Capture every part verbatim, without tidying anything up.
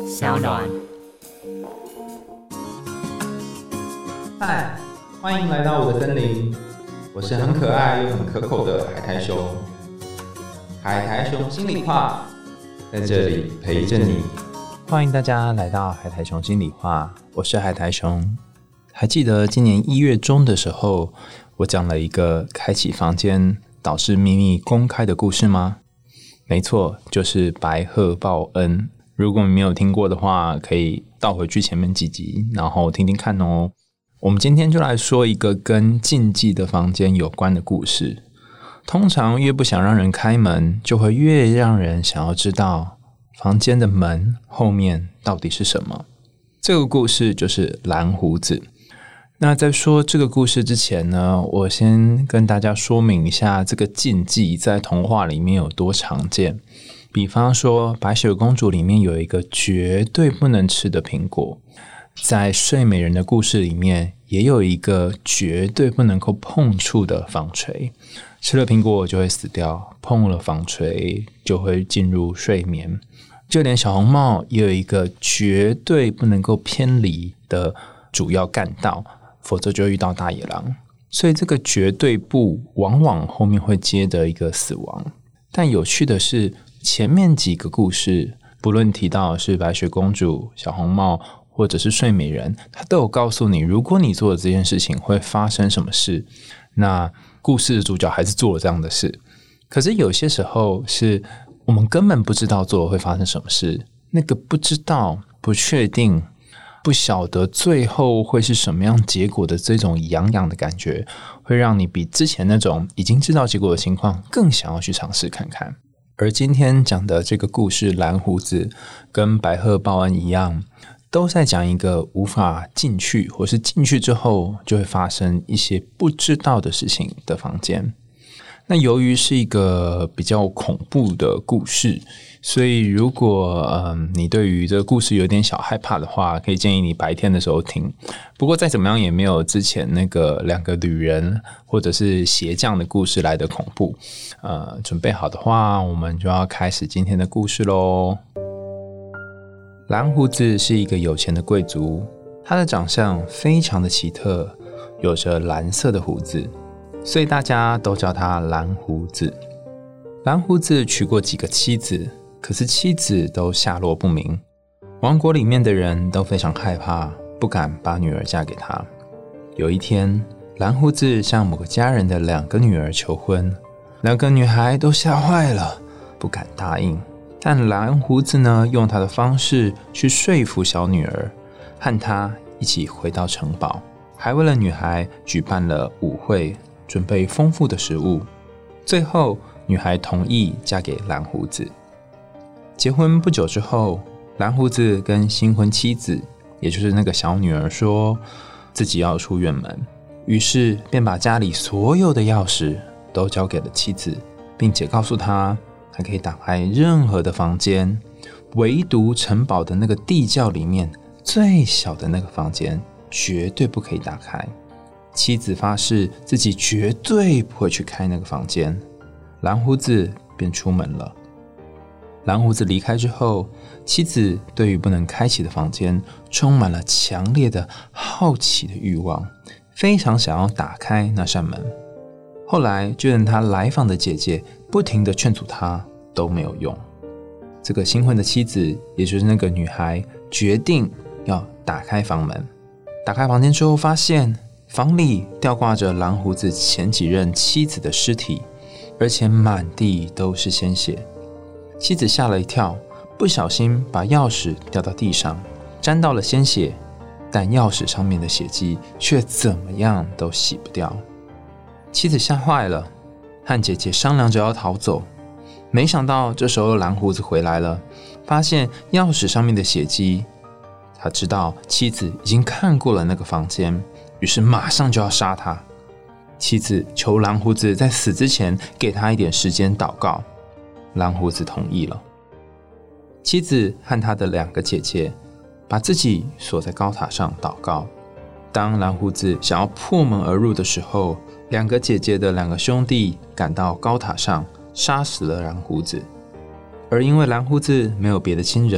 小暖。 嗨，欢迎来到我的森林，我是很可爱又很可口的海苔熊。海苔熊心里话，在这里陪着你。欢迎大家来到海苔熊心里话，我是海苔熊。还记得今年一月中的时候，我讲了一个开启房间导致秘密公开的故事吗？没错，就是白鹤报恩。如果你没有听过的话，可以倒回去前面几集，然后听听看哦。我们今天就来说一个跟禁忌的房间有关的故事。通常越不想让人开门，就会越让人想要知道房间的门后面到底是什么。这个故事就是蓝胡子。那在说这个故事之前呢，我先跟大家说明一下这个禁忌在童话里面有多常见。比方说白雪公主里面有一个绝对不能吃的苹果，在睡美人的故事里面也有一个绝对不能够碰触的纺锤，吃了苹果就会死掉，碰了纺锤就会进入睡眠。就连小红帽也有一个绝对不能够偏离的主要干道，否则就会遇到大野狼。所以这个绝对不往往后面会接着一个死亡。但有趣的是，前面几个故事不论提到的是白雪公主、小红帽或者是睡美人，他都有告诉你，如果你做的这件事情会发生什么事。那故事的主角还是做了这样的事。可是有些时候是我们根本不知道做了会发生什么事，那个不知道、不确定、不晓得最后会是什么样结果的这种痒痒的感觉，会让你比之前那种已经知道结果的情况更想要去尝试看看。而今天讲的这个故事蓝胡子跟白鹤报恩一样，都在讲一个无法进去或是进去之后就会发生一些不知道的事情的房间。那由于是一个比较恐怖的故事，所以如果、嗯、你对于这个故事有点小害怕的话，可以建议你白天的时候听。不过再怎么样也没有之前那个两个旅人或者是鞋匠的故事来的恐怖。呃，准备好的话，我们就要开始今天的故事咯。蓝胡子是一个有钱的贵族，他的长相非常的奇特，有着蓝色的胡子，所以大家都叫他蓝胡子。蓝胡子娶过几个妻子，可是妻子都下落不明，王国里面的人都非常害怕，不敢把女儿嫁给他。有一天，蓝胡子向某个家人的两个女儿求婚，两个女孩都吓坏了，不敢答应。但蓝胡子呢，用他的方式去说服小女儿，和他一起回到城堡，还为了女孩举办了舞会，准备丰富的食物。最后，女孩同意嫁给蓝胡子。结婚不久之后，蓝胡子跟新婚妻子，也就是那个小女儿说自己要出远门，于是便把家里所有的钥匙都交给了妻子，并且告诉她他可以打开任何的房间，唯独城堡的那个地窖里面最小的那个房间绝对不可以打开。妻子发誓自己绝对不会去开那个房间，蓝胡子便出门了。蓝胡子离开之后，妻子对于不能开启的房间充满了强烈的好奇的欲望，非常想要打开那扇门。后来就连他来访的姐姐不停地劝阻他都没有用。这个新婚的妻子，也就是那个女孩，决定要打开房门。打开房间之后，发现房里吊挂着蓝胡子前几任妻子的尸体，而且满地都是鲜血。妻子吓了一跳，不小心把钥匙掉到地上，沾到了鲜血，但钥匙上面的血迹却怎么样都洗不掉。妻子吓坏了，和姐姐商量着要逃走。没想到这时候蓝胡子回来了，发现钥匙上面的血迹，他知道妻子已经看过了那个房间，于是马上就要杀他。妻子求蓝胡子在死之前给他一点时间祷告，蓝胡子同意了。妻子和他的两个姐姐把自己锁在高塔上祷告。当蓝胡子想要破门而入的时候，两个姐姐的两个兄弟赶到高塔上，杀死了蓝胡子。而因为蓝胡子没有别的亲人，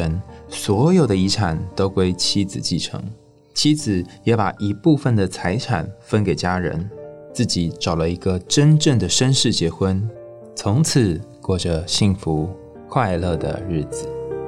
所有的遗产都归妻子继承，妻子也把一部分的财产分给家人，自己找了一个真正的绅士结婚，从此过着幸福快乐的日子。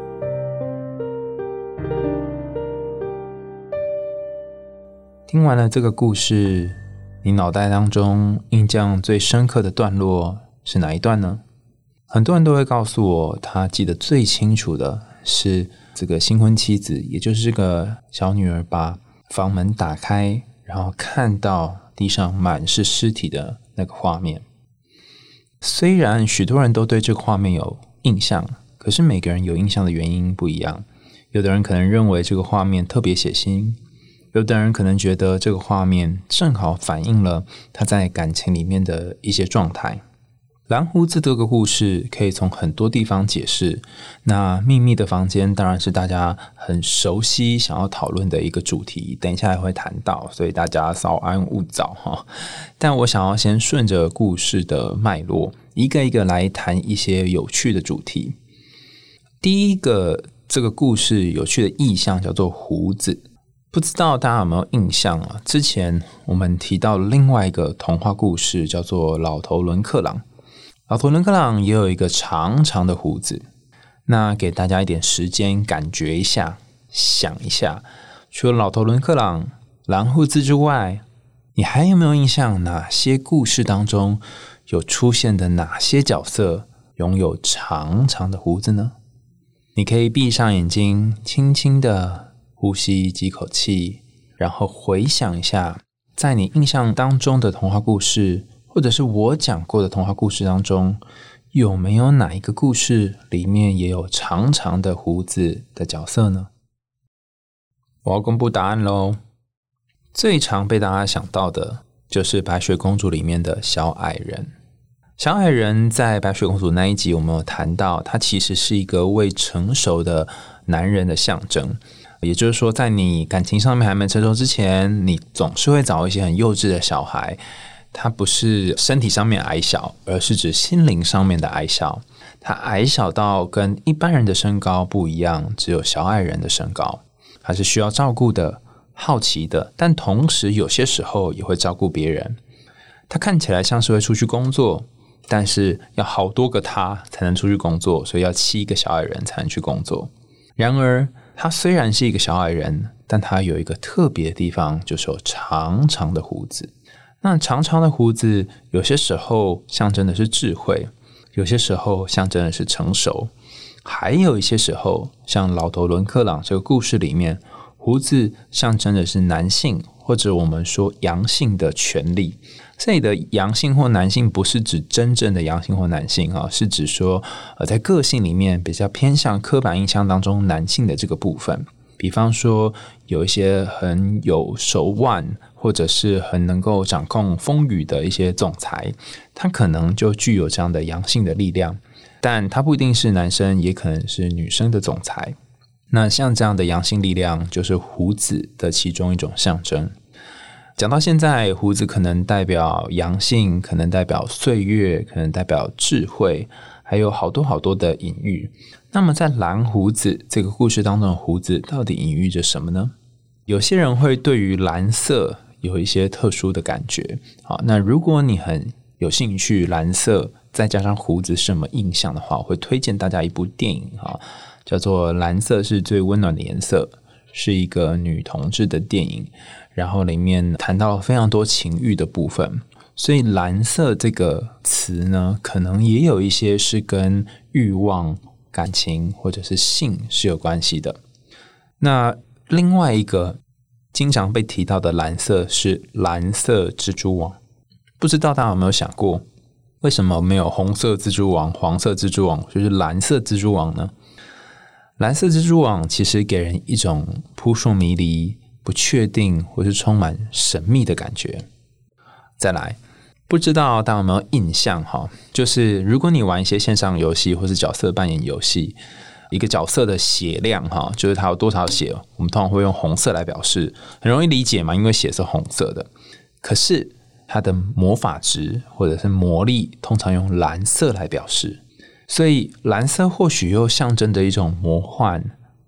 听完了这个故事，你脑袋当中印象最深刻的段落是哪一段呢？很多人都会告诉我，他记得最清楚的是这个新婚妻子，也就是这个小女儿把房门打开，然后看到地上满是尸体的那个画面。虽然许多人都对这个画面有印象，可是每个人有印象的原因不一样。有的人可能认为这个画面特别血腥，有的人可能觉得这个画面正好反映了他在感情里面的一些状态。蓝胡子这个故事可以从很多地方解释，那秘密的房间当然是大家很熟悉想要讨论的一个主题，等一下也会谈到，所以大家稍安勿躁哈。但我想要先顺着故事的脉络，一个一个来谈一些有趣的主题。第一个这个故事有趣的意象叫做胡子，不知道大家有没有印象啊？之前我们提到另外一个童话故事叫做老头伦克朗，老头伦克朗也有一个长长的胡子。那给大家一点时间感觉一下，想一下，除了老头伦克朗、蓝胡子之外，你还有没有印象哪些故事当中有出现的哪些角色拥有长长的胡子呢？你可以闭上眼睛，轻轻的呼吸几口气，然后回想一下，在你印象当中的童话故事，或者是我讲过的童话故事当中，有没有哪一个故事里面也有长长的胡子的角色呢？我要公布答案咯。最常被大家想到的就是白雪公主里面的小矮人。小矮人在白雪公主那一集我们有谈到，他其实是一个未成熟的男人的象征，也就是说在你感情上面还没成熟之前，你总是会找一些很幼稚的小孩。他不是身体上面矮小，而是指心灵上面的矮小。他矮小到跟一般人的身高不一样，只有小矮人的身高。他是需要照顾的，好奇的，但同时有些时候也会照顾别人。他看起来像是会出去工作，但是要好多个他才能出去工作，所以要七个小矮人才能去工作。然而他虽然是一个小矮人，但他有一个特别的地方，就是有长长的胡子。那长长的胡子有些时候象征的是智慧，有些时候象征的是成熟，还有一些时候像老头伦克朗这个故事里面，胡子象征的是男性，或者我们说阳性的权利。这里的阳性或男性不是指真正的阳性或男性，是指说呃，在个性里面比较偏向刻板印象当中男性的这个部分。比方说有一些很有手腕，或者是很能够掌控风雨的一些总裁，他可能就具有这样的阳性的力量，但他不一定是男生，也可能是女生的总裁。那像这样的阳性力量就是胡子的其中一种象征。讲到现在，胡子可能代表阳性，可能代表岁月，可能代表智慧，还有好多好多的隐喻。那么在蓝胡子这个故事当中的胡子到底隐喻着什么呢？有些人会对于蓝色有一些特殊的感觉。好，那如果你很有兴趣蓝色再加上胡子是什么印象的话，我会推荐大家一部电影，叫做《蓝色是最温暖的颜色》，是一个女同志的电影，然后里面谈到了非常多情欲的部分。所以蓝色这个词呢，可能也有一些是跟欲望、感情或者是性是有关系的。那另外一个经常被提到的蓝色是蓝色蜘蛛网。不知道大家有没有想过，为什么没有红色蜘蛛网、黄色蜘蛛网，就是蓝色蜘蛛网呢？蓝色蜘蛛网其实给人一种扑朔迷离、不确定或是充满神秘的感觉。再来，不知道大家有没有印象，就是如果你玩一些线上游戏或是角色扮演游戏，一个角色的血量，就是它有多少血，我们通常会用红色来表示，很容易理解嘛，因为血是红色的。可是它的魔法值或者是魔力通常用蓝色来表示，所以蓝色或许又象征着一种魔幻、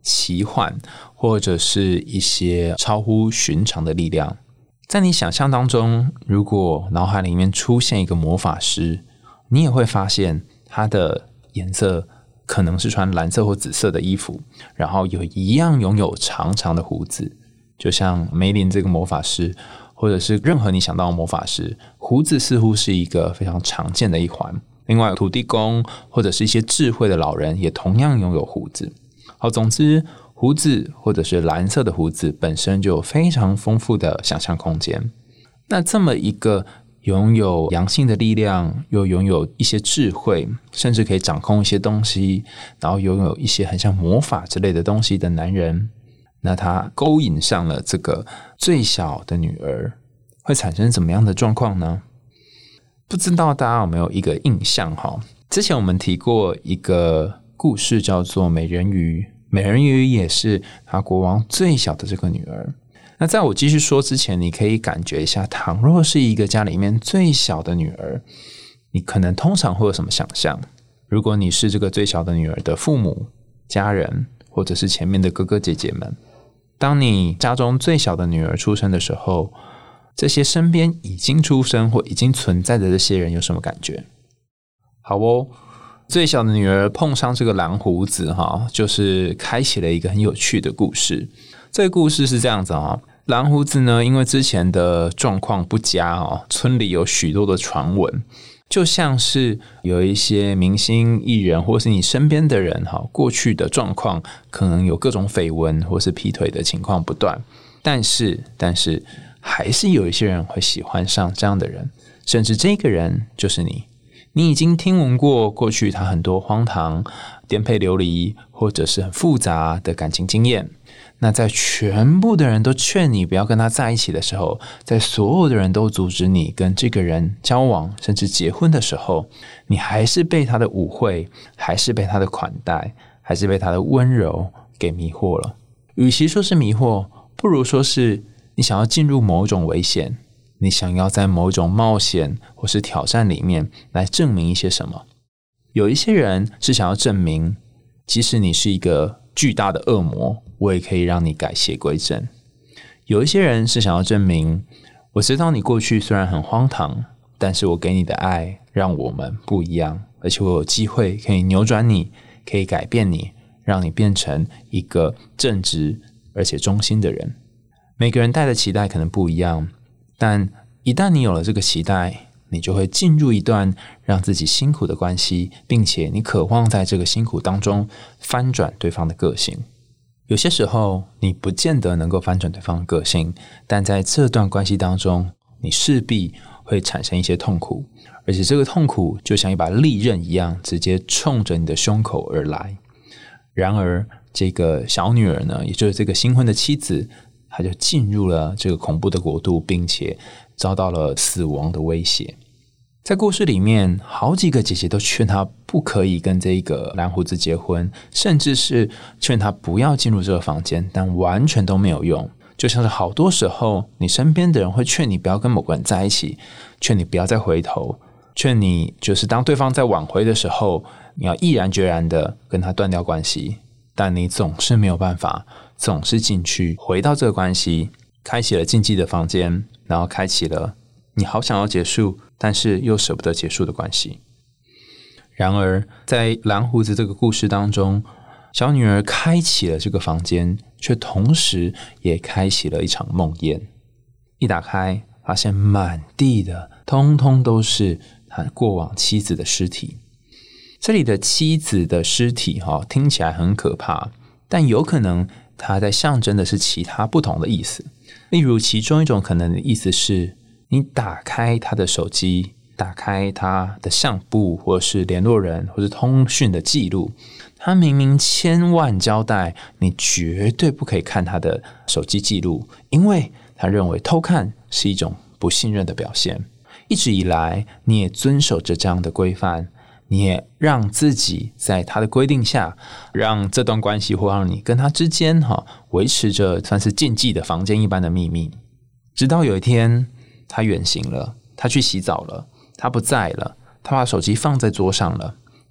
奇幻，或者是一些超乎寻常的力量。在你想象当中，如果脑海里面出现一个魔法师，你也会发现他的颜色可能是穿蓝色或紫色的衣服，然后有一样拥有长长的胡子，就像梅林这个魔法师，或者是任何你想到的魔法师，胡子似乎是一个非常常见的一环。另外土地公或者是一些智慧的老人也同样拥有胡子。好，总之胡子或者是蓝色的胡子本身就有非常丰富的想象空间。那这么一个拥有阳性的力量，又拥有一些智慧，甚至可以掌控一些东西，然后拥有一些很像魔法之类的东西的男人，那他勾引上了这个最小的女儿，会产生怎么样的状况呢？不知道大家有没有一个印象哈？之前我们提过一个故事叫做美人鱼，美人鱼也是他国王最小的这个女儿。那在我继续说之前，你可以感觉一下，倘若是一个家里面最小的女儿，你可能通常会有什么想象？如果你是这个最小的女儿的父母、家人，或者是前面的哥哥姐姐们，当你家中最小的女儿出生的时候，这些身边已经出生或已经存在的这些人有什么感觉？好哦，最小的女儿碰上这个蓝胡子哈，就是开启了一个很有趣的故事。这个故事是这样子啊，蓝胡子呢，因为之前的状况不佳哦，村里有许多的传闻，就像是有一些明星艺人或是你身边的人哈，过去的状况可能有各种绯闻或是劈腿的情况不断，但是但是还是有一些人会喜欢上这样的人，甚至这个人就是你。你已经听闻过过去他很多荒唐、颠沛流离或者是很复杂的感情经验，那在全部的人都劝你不要跟他在一起的时候，在所有的人都阻止你跟这个人交往甚至结婚的时候，你还是被他的舞会，还是被他的款待，还是被他的温柔给迷惑了。与其说是迷惑，不如说是你想要进入某种危险，你想要在某种冒险或是挑战里面来证明一些什么。有一些人是想要证明，即使你是一个巨大的恶魔，我也可以让你改邪归正。有一些人是想要证明，我知道你过去虽然很荒唐，但是我给你的爱让我们不一样，而且我有机会可以扭转你，可以改变你，让你变成一个正直而且忠心的人。每个人带的期待可能不一样，但一旦你有了这个期待，你就会进入一段让自己辛苦的关系，并且你渴望在这个辛苦当中翻转对方的个性。有些时候你不见得能够翻转对方的个性，但在这段关系当中，你势必会产生一些痛苦，而且这个痛苦就像一把利刃一样，直接冲着你的胸口而来。然而这个小女儿呢，也就是这个新婚的妻子，她就进入了这个恐怖的国度，并且遭到了死亡的威胁。在故事里面，好几个姐姐都劝她不可以跟这个蓝胡子结婚，甚至是劝她不要进入这个房间，但完全都没有用。就像是好多时候你身边的人会劝你不要跟某个人在一起，劝你不要再回头，劝你就是当对方在挽回的时候，你要毅然决然的跟他断掉关系，但你总是没有办法，总是进去回到这个关系，开启了禁忌的房间，然后开启了你好想要结束但是又舍不得结束的关系。然而在蓝胡子这个故事当中，小女儿开启了这个房间，却同时也开启了一场梦魇。一打开，发现满地的通通都是他过往妻子的尸体。这里的妻子的尸体听起来很可怕，但有可能它在象征的是其他不同的意思。例如其中一种可能的意思是，你打开他的手机，打开他的相簿或是联络人或是通讯的记录，他明明千万交代你绝对不可以看他的手机记录，因为他认为偷看是一种不信任的表现。一直以来你也遵守着这样的规范，你也让自己在他的规定下，让这段关系或让你跟他之间哈维持着算是禁忌的房间一般的秘密。直到有一天他远行了，他去洗澡了，他不在了，他把手机放在桌上了，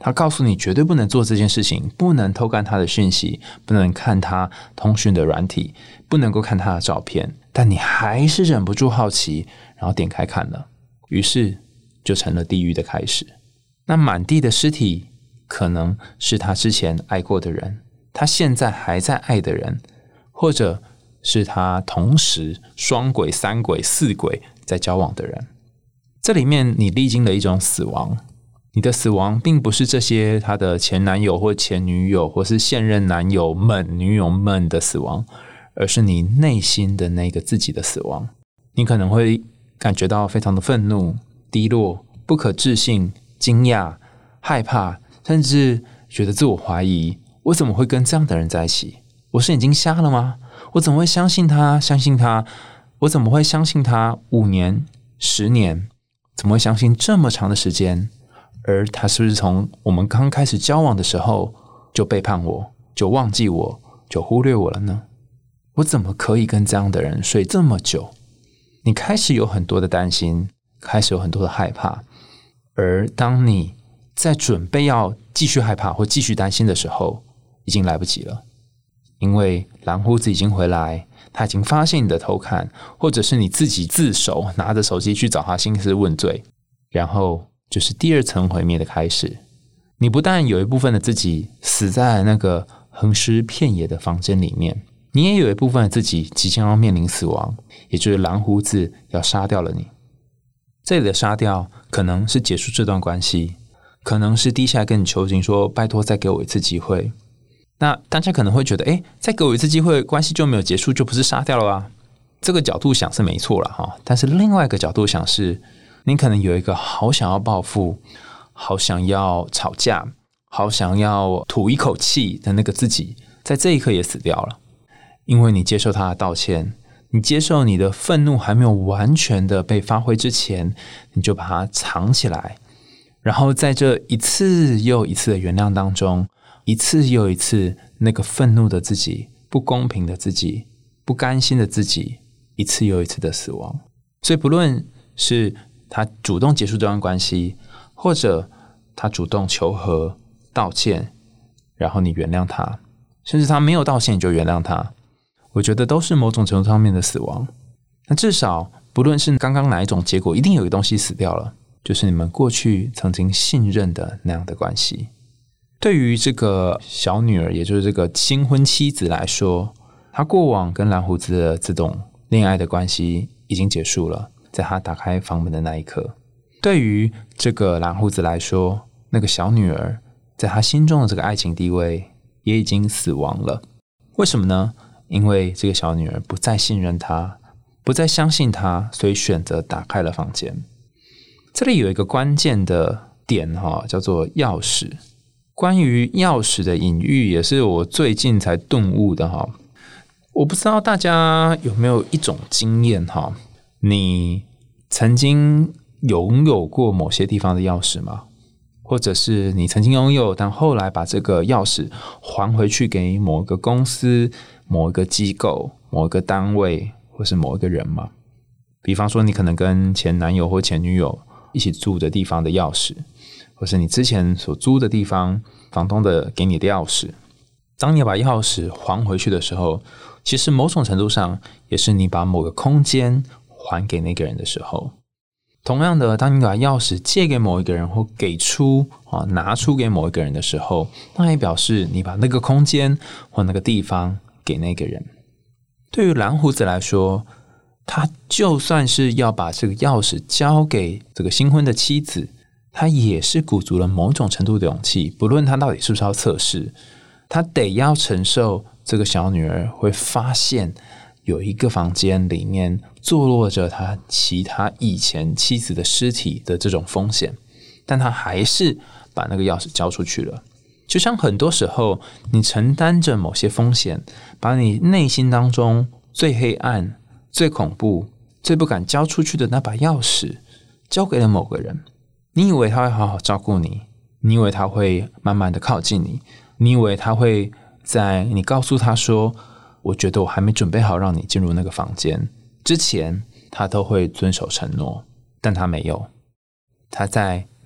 他告诉你绝对不能做这件事情，不能偷看他的讯息，不能看他通讯的软体，不能够看他的照片，但你还是忍不住好奇，然后点开看了，于是就成了地狱的开始。那满地的尸体可能是他之前爱过的人，他现在还在爱的人，或者是他同时双轨、三轨、四轨在交往的人。这里面你历经了一种死亡，你的死亡并不是这些他的前男友或前女友或是现任男友们、女友们的死亡，而是你内心的那个自己的死亡。你可能会感觉到非常的愤怒、低落、不可置信、惊讶、害怕，甚至觉得自我怀疑，我怎么会跟这样的人在一起？我是眼睛瞎了吗？我怎么会相信他？相信他？我怎么会相信他五年、十年？怎么会相信这么长的时间？而他是不是从我们刚开始交往的时候就背叛我，就忘记我，就忽略我了呢？我怎么可以跟这样的人睡这么久？你开始有很多的担心，开始有很多的害怕，而当你在准备要继续害怕或继续担心的时候，已经来不及了。因为蓝胡子已经回来，他已经发现你的偷看，或者是你自己自首拿着手机去找他兴师问罪，然后就是第二层毁灭的开始。你不但有一部分的自己死在那个横尸遍野的房间里面，你也有一部分的自己即将要面临死亡，也就是蓝胡子要杀掉了你。这里的杀掉可能是结束这段关系，可能是低下来跟你求情说拜托再给我一次机会。那大家可能会觉得，诶，再给我一次机会，关系就没有结束，就不是杀掉了啊。这个角度想是没错啦哈，但是另外一个角度想是，你可能有一个好想要报复、好想要吵架、好想要吐一口气的那个自己，在这一刻也死掉了。因为你接受他的道歉，你接受你的愤怒还没有完全的被发挥之前，你就把它藏起来，然后在这一次又一次的原谅当中，一次又一次那个愤怒的自己、不公平的自己、不甘心的自己，一次又一次的死亡。所以不论是他主动结束这段关系，或者他主动求和道歉，然后你原谅他，甚至他没有道歉你就原谅他，我觉得都是某种程度上面的死亡。那至少不论是刚刚哪一种结果，一定有一个东西死掉了，就是你们过去曾经信任的那样的关系。对于这个小女儿，也就是这个新婚妻子来说，她过往跟蓝胡子的这种恋爱的关系已经结束了，在她打开房门的那一刻。对于这个蓝胡子来说，那个小女儿在她心中的这个爱情地位也已经死亡了。为什么呢？因为这个小女儿不再信任他，不再相信他，所以选择打开了房间。这里有一个关键的点叫做钥匙。关于钥匙的隐喻也是我最近才顿悟的哈。我不知道大家有没有一种经验哈，你曾经拥有过某些地方的钥匙吗？或者是你曾经拥有，但后来把这个钥匙还回去给某一个公司、某一个机构、某一个单位，或是某一个人吗？比方说你可能跟前男友或前女友一起住的地方的钥匙，或是你之前所租的地方房东的给你的钥匙。当你把钥匙还回去的时候，其实某种程度上也是你把某个空间还给那个人的时候。同样的，当你把钥匙借给某一个人或给出拿出给某一个人的时候，那也表示你把那个空间或那个地方给那个人。对于蓝胡子来说，他就算是要把这个钥匙交给这个新婚的妻子，他也是鼓足了某种程度的勇气，不论他到底是不是要测试，他得要承受这个小女儿会发现有一个房间里面坐落着他其他以前妻子的尸体的这种风险，但他还是把那个钥匙交出去了。就像很多时候你承担着某些风险，把你内心当中最黑暗、最恐怖、最不敢交出去的那把钥匙交给了某个人，你以为他会好好照顾你，你以为他会慢慢的靠近你，你以为他会在你告诉他说我觉得我还没准备好让你进入那个房间之前，他都会遵守承诺，但他没有。他在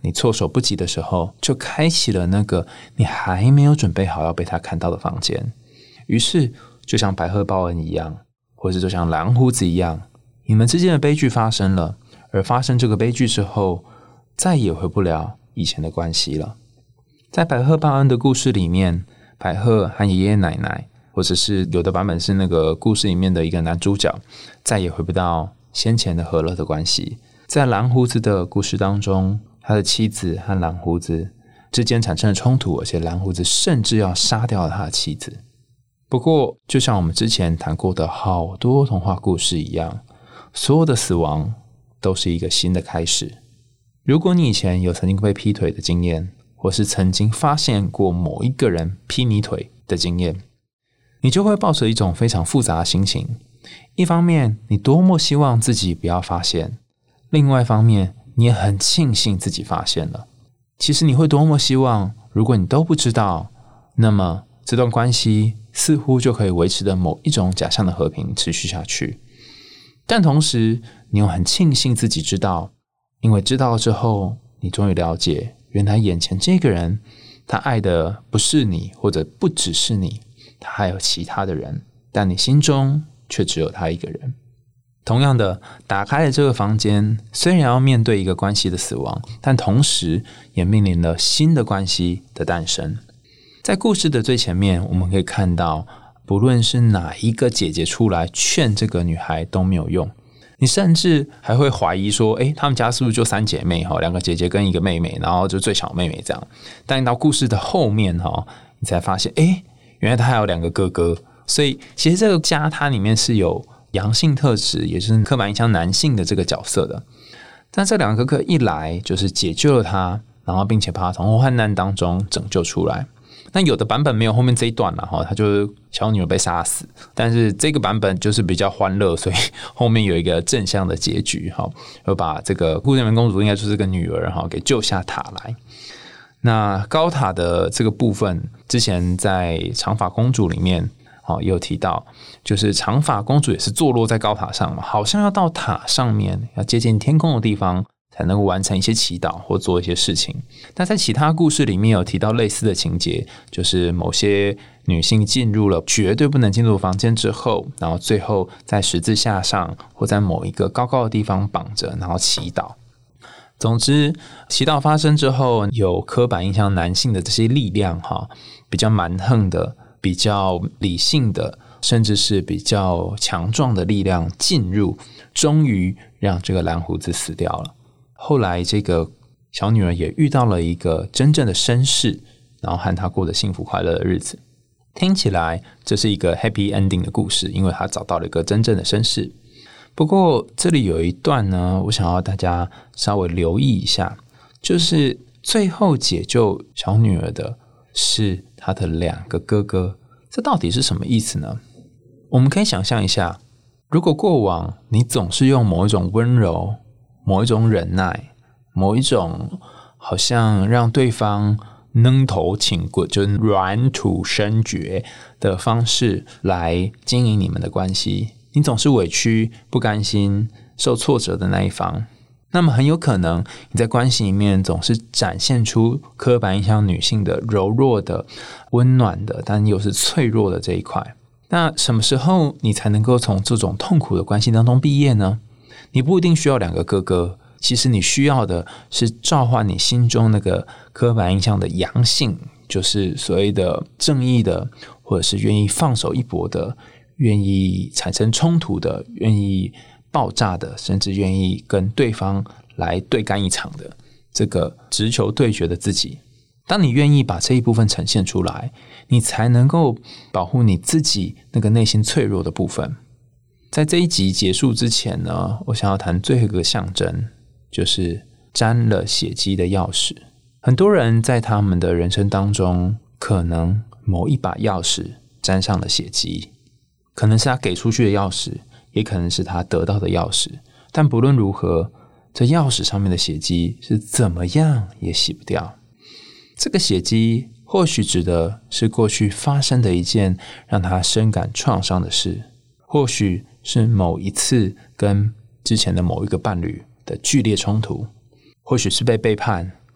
你措手不及的时候，就开启了那个你还没有准备好要被他看到的房间。于是就像白鹤报恩一样，或是就像蓝胡子一样，你们之间的悲剧发生了，而发生这个悲剧之后，再也回不了以前的关系了。在白鹤报恩的故事里面，白鹤和爷爷奶奶，或者是有的版本是那个故事里面的一个男主角，再也回不到先前的和乐的关系。在蓝胡子的故事当中，他的妻子和蓝胡子之间产生了冲突，而且蓝胡子甚至要杀掉了他的妻子。不过就像我们之前谈过的好多童话故事一样，所有的死亡都是一个新的开始。如果你以前有曾经被劈腿的经验，或是曾经发现过某一个人劈你腿的经验，你就会抱着一种非常复杂的心情。一方面你多么希望自己不要发现，另外一方面你也很庆幸自己发现了。其实你会多么希望，如果你都不知道，那么这段关系似乎就可以维持的某一种假象的和平持续下去。但同时你又很庆幸自己知道，因为知道了之后，你终于了解，原来眼前这个人，他爱的不是你，或者不只是你，他还有其他的人，但你心中却只有他一个人。同样的，打开了这个房间，虽然要面对一个关系的死亡，但同时也面临了新的关系的诞生。在故事的最前面，我们可以看到，不论是哪一个姐姐出来劝这个女孩都没有用。你甚至还会怀疑说，诶，他们家是不是就三姐妹，两个姐姐跟一个妹妹，然后就最小妹妹这样。但到故事的后面，你才发现，诶，原来他还有两个哥哥。所以其实这个家它里面是有阳性特质，也就是刻板印象男性的这个角色的。但这两个哥哥一来就是解救了他，然后并且把他从患难当中拯救出来。那有的版本没有后面这一段啦，他就是小女儿被杀死，但是这个版本就是比较欢乐，所以后面有一个正向的结局，又把这个顾念公主应该就是个女儿给救下塔来。那高塔的这个部分，之前在长发公主里面也有提到，就是长发公主也是坐落在高塔上嘛，好像要到塔上面，要接近天空的地方，才能够完成一些祈祷或做一些事情。但在其他故事里面有提到类似的情节，就是某些女性进入了绝对不能进入的房间之后，然后最后在十字架上或在某一个高高的地方绑着，然后祈祷。总之，祈祷发生之后，有刻板印象男性的这些力量，比较蛮横的，比较理性的，甚至是比较强壮的力量进入，终于让这个蓝胡子死掉了。后来这个小女儿也遇到了一个真正的绅士，然后和她过着幸福快乐的日子。听起来这是一个 happy ending 的故事，因为她找到了一个真正的绅士。不过这里有一段呢，我想要大家稍微留意一下，就是最后解救小女儿的是她的两个哥哥。这到底是什么意思呢？我们可以想象一下，如果过往你总是用某一种温柔，某一种忍耐，某一种好像让对方扔头请滚，就是软土生绝的方式来经营你们的关系，你总是委屈、不甘心、受挫折的那一方，那么很有可能你在关系里面总是展现出刻板印象女性的柔弱的、温暖的，但又是脆弱的这一块。那什么时候你才能够从这种痛苦的关系当中毕业呢？你不一定需要两个哥哥，其实你需要的是召唤你心中那个刻板印象的阳性，就是所谓的正义的，或者是愿意放手一搏的，愿意产生冲突的，愿意爆炸的，甚至愿意跟对方来对干一场的，这个直球对决的自己。当你愿意把这一部分呈现出来，你才能够保护你自己那个内心脆弱的部分。在这一集结束之前呢，我想要谈最后一个象征，就是沾了血迹的钥匙。很多人在他们的人生当中，可能某一把钥匙沾上了血迹，可能是他给出去的钥匙，也可能是他得到的钥匙，但不论如何，这钥匙上面的血迹是怎么样也洗不掉。这个血迹或许指的是过去发生的一件让他深感创伤的事，或许是某一次跟之前的某一个伴侣的剧烈冲突，或许是被背叛，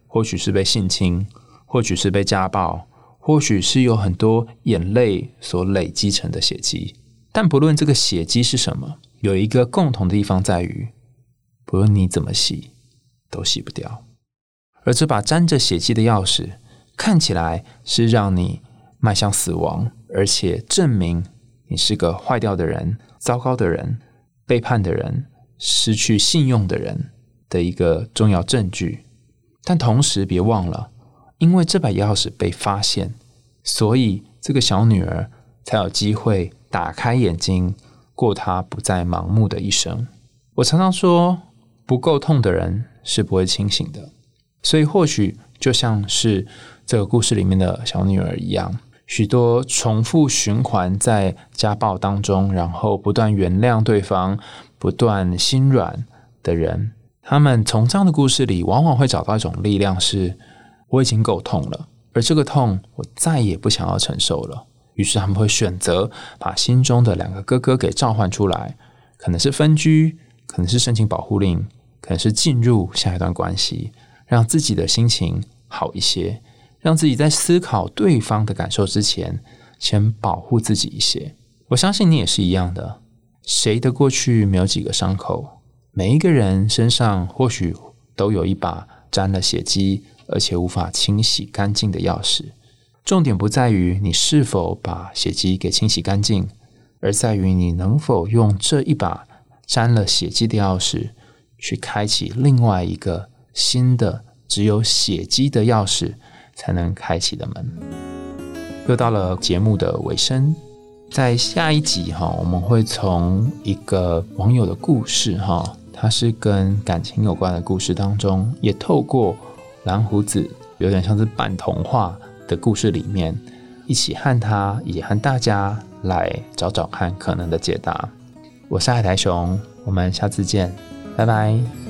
或许是被性侵，或许是被家暴，或许是有很多眼泪所累积成的血迹。但不论这个血迹是什么，有一个共同的地方在于，不论你怎么洗都洗不掉。而这把沾着血迹的钥匙看起来是让你迈向死亡，而且证明你是个坏掉的人、糟糕的人、背叛的人、失去信用的人的一个重要证据。但同时别忘了，因为这把钥匙被发现，所以这个小女儿才有机会打开眼睛，过她不再盲目的一生。我常常说，不够痛的人是不会清醒的。所以或许就像是这个故事里面的小女儿一样，许多重复循环在家暴当中，然后不断原谅对方，不断心软的人，他们从这样的故事里往往会找到一种力量，是我已经够痛了，而这个痛我再也不想要承受了。于是他们会选择把心中的两个哥哥给召唤出来，可能是分居，可能是申请保护令，可能是进入下一段关系，让自己的心情好一些，让自己在思考对方的感受之前，先保护自己一些。我相信你也是一样的，谁的过去没有几个伤口？每一个人身上或许都有一把沾了血迹，而且无法清洗干净的钥匙。重点不在于你是否把血迹给清洗干净，而在于你能否用这一把沾了血迹的钥匙去开启另外一个新的只有血迹的钥匙才能开启的门。又到了节目的尾声，在下一集我们会从一个网友的故事，它是跟感情有关的故事当中，也透过蓝胡子有点像是半童话的故事里面，一起和他也和大家来找找看可能的解答。我是海苔熊，我们下次见，拜拜。